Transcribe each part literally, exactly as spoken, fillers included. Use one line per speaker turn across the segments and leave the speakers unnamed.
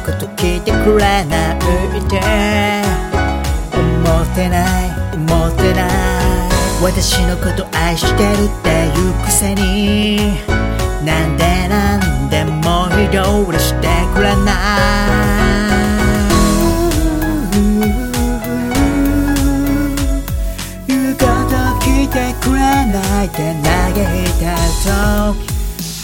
こと聞いてくれないって思ってない思ってない私のこと愛してるっていうくせになんでなんでも一人してくれない言うこと聞いてくれないって嘆いた時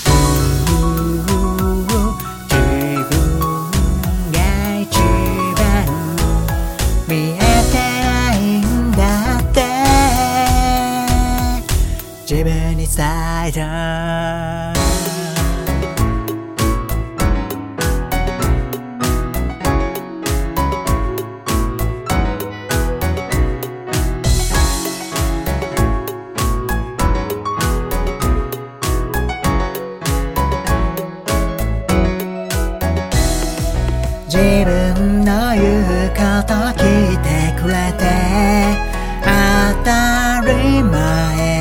自分に伝えた自分の言うこと聞いてくれて当たり前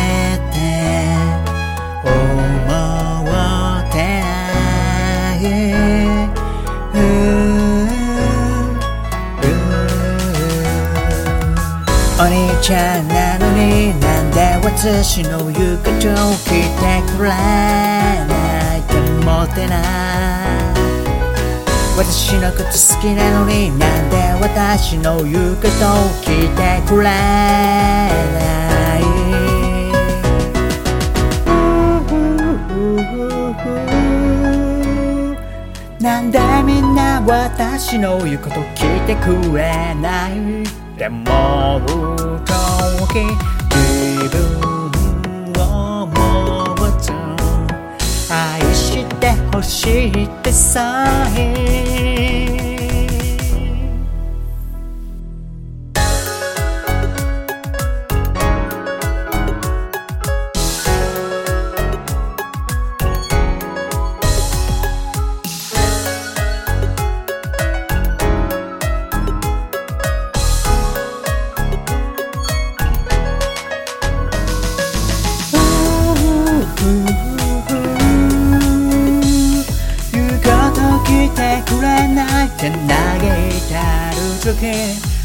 お兄ちゃんなのになんで私の言うことを聞いてくれないと思ってない私のこと好きなのになんで私の言うことを聞いてくれないなんでみんな私の言うこと聞いてくれないでも時自分をもっと愛してほしいってさえ言うこと聞いてくれないって嘆いてる時